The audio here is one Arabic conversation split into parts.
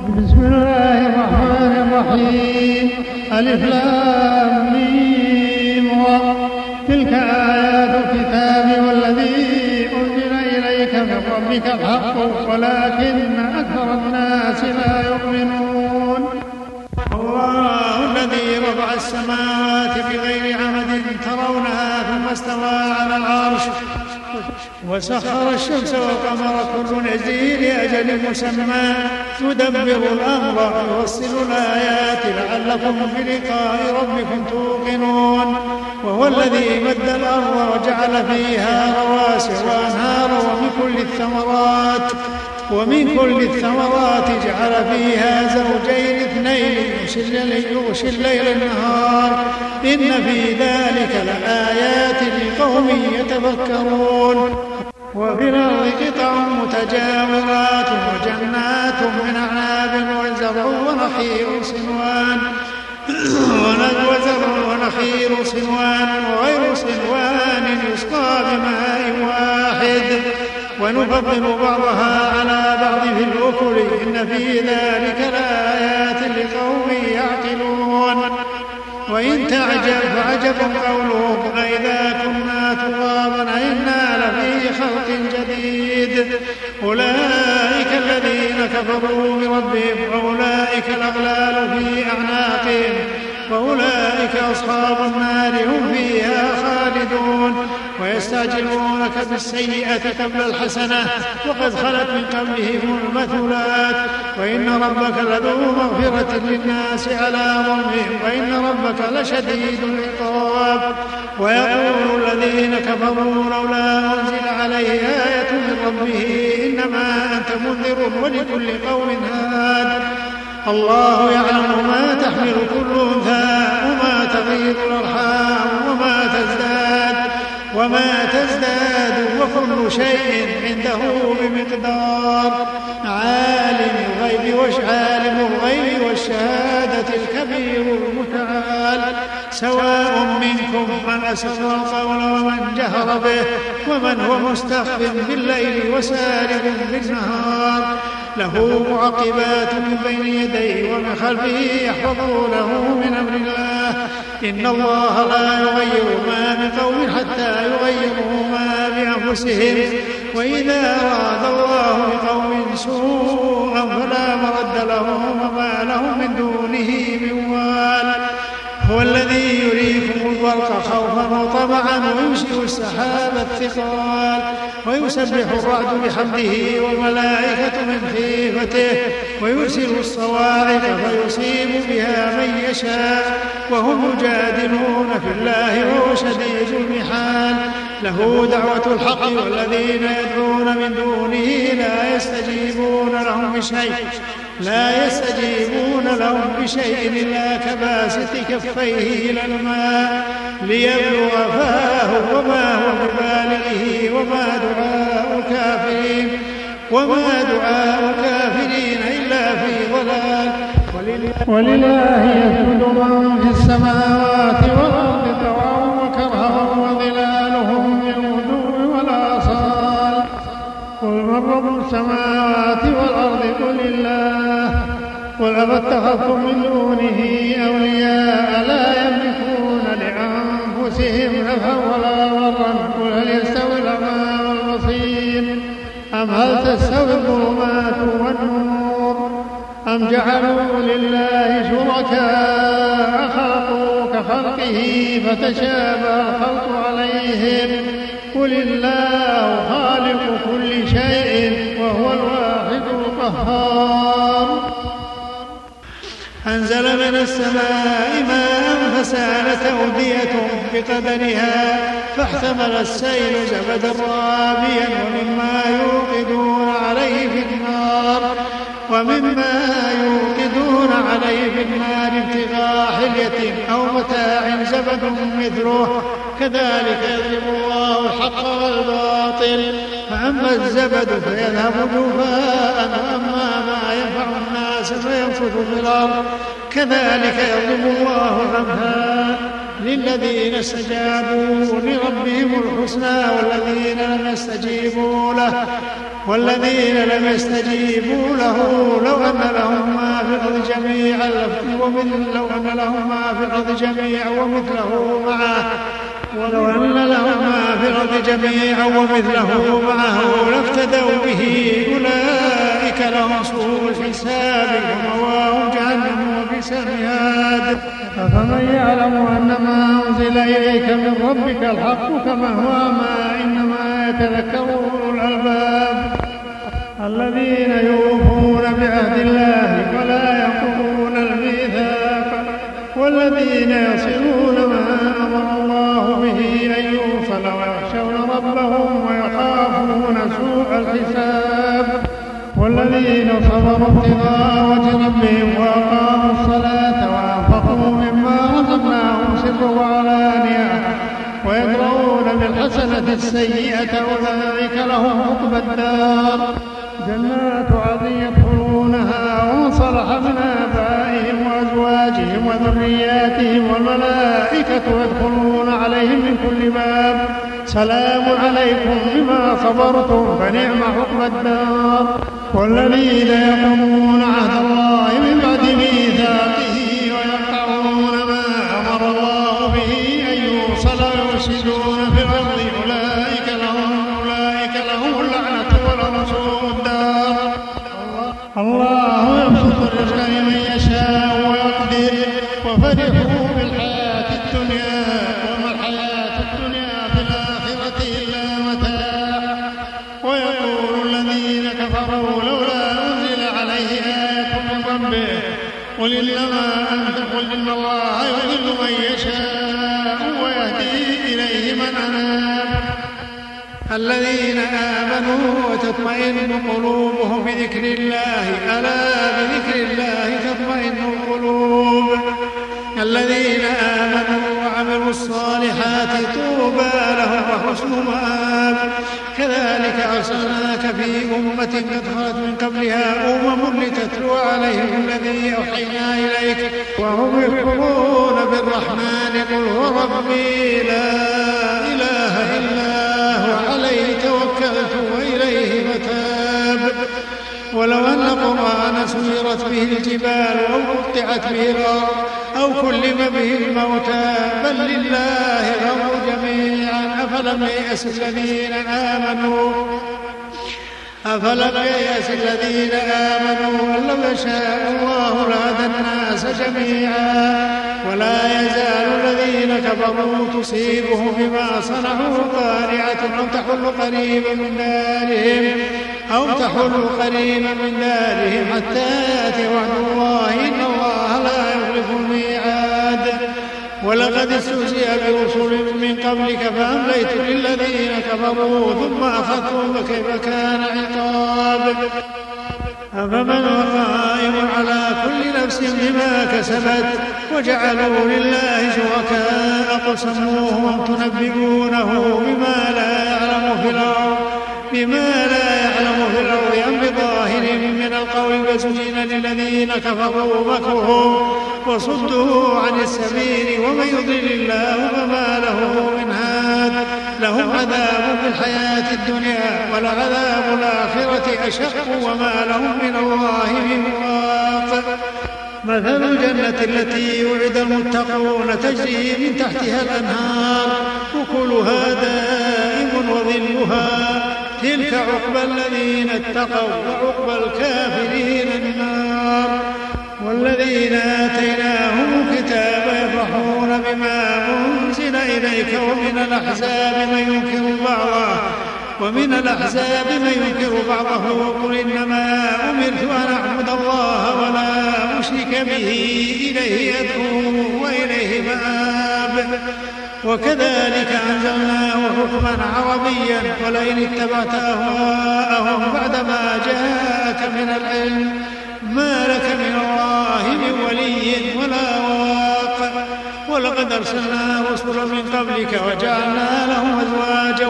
بسم الله الرحمن الرحيم. ألف لام ميم. تلك آيات الكتاب والذي أنزل إليك من ربك الحق ولكن أكثر الناس لا يؤمنون. الله الذي رفع السماوات بغير عمد ترونها ثم استوى على العرش وسخر الشمس والقمر كل يجري لأجل مسمى يدبر الأمر يفصل الآيات لعلكم بلقاء ربكم توقنون. وهو الذي مد الأرض وجعل فيها رواسي وأنهارا ومن كل الثمرات جعل فيها زوجين اثنين يغشي الليل النهار إن في ذلك لآيات لقوم يتفكرون. وفي الأرض قطع متجاورات وجنات من أعناب وزرع ونخيل صنوان وغير صنوان يسقى بماء واحد ونفضل بعضها على بعض في الأكل إن في ذلك لآيات لقوم يعقلون. وإن تعجب فعجب قولهم أإذا كنا ترابا أإنا لفي خلق جديد أولئك الذين كفروا بربهم وأولئك الأغلال في أعناقهم وأولئك أصحاب النار هم فيها خالدون. ويستعجلونك بالسيئة قبل الحسنة وقد خلت من قبلهم المثلات وإن ربك لذو مغفرة للناس على ظلمهم وإن ربك لشديد العقاب. ويقول الذين كفروا لولا أنزل عليه آية من ربه إنما أنت منذر ولكل قوم هاد. الله يعلم ما تحمل كل أنثى وما تغيض الأرحام وما تزداد وكل شيء عنده بمقدار. عالم الغيب والشهادة الكبير المتعال. سواء منكم من أسر القول ومن جهر به ومن هو مستخف بالليل وسارب بالنهار له معقبات من بين يديه ومن خلفه يحفظونه من أمر الله إن الله لا يغير ما بقوم حتى يغيروا ما بأنفسهم وإذا أراد الله بقوم سوءا فلا مرد لهم وما لهم من دونه من وال. هو الذي يريكم البرق خوفا وطمعا وينشئ السحاب الثقال ويسبح الرعد بحمده والملائكة من خيفته ويرسل الصواعق فيصيب بها من يشاء وهم يجادلون في الله وهو شديد المحال. له دعوة الحق والذين يدعون من دونه لا يستجيبون لهم بشيء إلا كباسط كفيه إلى الماء ليبلغ فاه وما هو ببالغه وما دعاء الكافرين إلا في ضلال. ولله يسجد من في السماوات والأرض طوعا وكرها وظلالهم بالغدو والآصال. قل من رب السماوات والأرض قل الله. قل أفاتخذتم من دونه أولياء لا يملكون لأنفسهم نفعا ولا ضرا قل هل يستوي الأعمى والبصير أم هل تستوي الظلمات والنور أم جعلوا لله شركاء خلقوا كخلقه فتشابه الخلق عليهم قل الله خالق كل شيء وهو الواحد القهار. أنزل من السماء ماء فسالت أودية بقدرها فاحتمل السيل زبدا رابيا ومما يوقدون عليه في النار ابتغاء حلية أو متاع زبد مثله كذلك يضرب الله الحق والباطل فأما الزبد فيذهب جفاء وأما ما ينفع الناس فينفث في الأرض كذلك يضرب الله الأمثال للذين استجابوا لربهم الحسنى والذين لم يستجيبوا له لو أن لهم ما لو أن لهم ما في الأرض جميعا ومثله معه لافتدوا به أولئك لهم سوء الحساب ومأواهم جهنم وبئس المهاد. أفمن يعلم أن ما أنزل إليك من ربك الحق كما هو ما إنما يتذكر أولو الألباب الذين يوفون بعهد الله ولا ينقضون الميثاق والذين يصلون ما أمر الله به أن يوصل ويخشون ربهم ويخافون سوء الحساب والذين صبروا ابتغاء وجه ربهم وأقاموا الصلاة وأنفقوا مما رزقناهم سرا وعلانية ويدرؤون بالحسنة السيئة أولئك لهم عقبى الدار جنات عدن يدخلونها ومن صلح من آبائهم وأزواجهم وذرياتهم والملائكة يدخلون عليهم من كل باب سلام عليكم بما صبرتم فنعم عقبى الدار. والذين يقومون عهد الله من بعد ميثاقه ويقطعون ما أمر الله به أن يوصل ويفسدون في الأرض أولئك لهم اللعنة ولهم سوء الدار. الله يبسط الرزق لمن يشاء ويقدر وفرحوا بالحياة الدنيا وما الحياة الدنيا في الآخرة إلا متاع. ويقول الذين كفروا لولا أنزل عليه آية من ربه قل إنما أنت قل إن الله يضل من يشاء ويهدي إليه من أناب. الذين آمنوا وتطمئن قلوبهم بذكر الله ألا بذكر الله تطمئن القلوب. الذين آمنوا وعملوا الصالحات طوبى لهم وحسن مآب. كذلك أرسلناك في أمة قد خلت من قبلها لتتلو عليهم الذي أوحينا إليك وهم يكفرون بالرحمن قل هو ربي لا إله إلا هو عليه توكلت وإليه متاب. ولو أن القرآن سيرت به الجبال أو قطعت به الأرض أو كلم به الموتى بل لله الأمر جميعا أفلم ييأس الذين آمنوا أن لو يشاء الله لهدى الناس جميعا. ولا يزال الذين كفروا تصيبهم بما صنعوا قارعة أو تحل قريبا من دارهم حتى يأتي وعد الله إن الله لا يخلف الميعاد. ولقد استهزئ برسل من قبلك فأمليت للذين كفروا ثم أخذتهم فكيف كان عقاب. أفمن هو قائم على كل نفس بما كسبت وجعلوا لله شركاء قل سموهم تنبئونه بما لا يعلم في الأرض أم بظاهر من القول فزين للذين كفروا مكرهم وصدوا عن السبيل ومن يضلل الله فما له من هاد. لهم عذاب في الحياة الدنيا ولعذاب الآخرة أشق وما لهم من الله من واق. مثل الجنة التي وعد المتقون تجري من تحتها الأنهار أكلها دائم وظلها تلك عقبى الذين اتقوا وعقبى الكافرين النار. والذين آتيناهم الكتاب يفرحون بما أنزل إليك ومن الأحزاب من ينكر بعضه قل إنما أمرت أن أعبد الله ولا أشرك به إليه أدعو وإليه مآب. وكذلك أنزلناه حكما عربيا ولئن اتبعت أهواءهم بعدما جاءك من العلم ما لك من الله من ولي ولا واق. ولقد أرسلنا رسلا من قبلك وجعلنا لهم أزواجا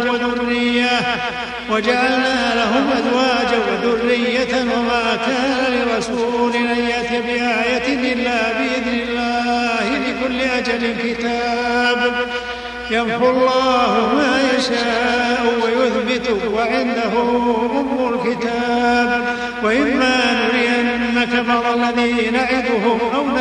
وذرية وما كان لرسول أن يأتي بآية إلا بإذن الله لكل أجل كتاب. يمحو الله ما يشاء ويثبت وعنده أم الكتاب. وإما نرينك كفر الذي نعدهم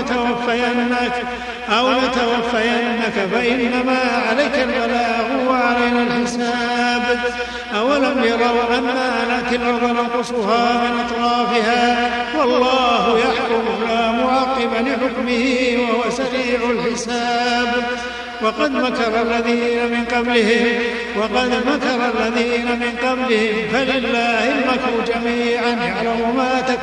أو نتوفينك فإنما عليك البلاغ وعلينا الحساب. أولم يروا أنا نأتي الأرض نقصها من أطرافها والله يحكم لا معقب لحكمه وهو سريع الحساب. وقد مكر الذين من قبلهم فلله المكر جميعا يعلم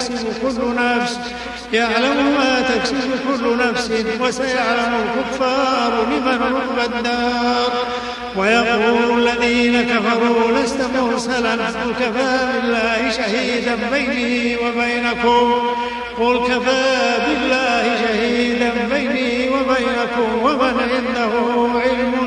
ما تكسب كل نفس وسيعلم الكفار لمن عقبى الدار. ويقول الذين كفروا لست مرسلا قل كفى بالله شهيدا بيني وبينكم ومن عنده علم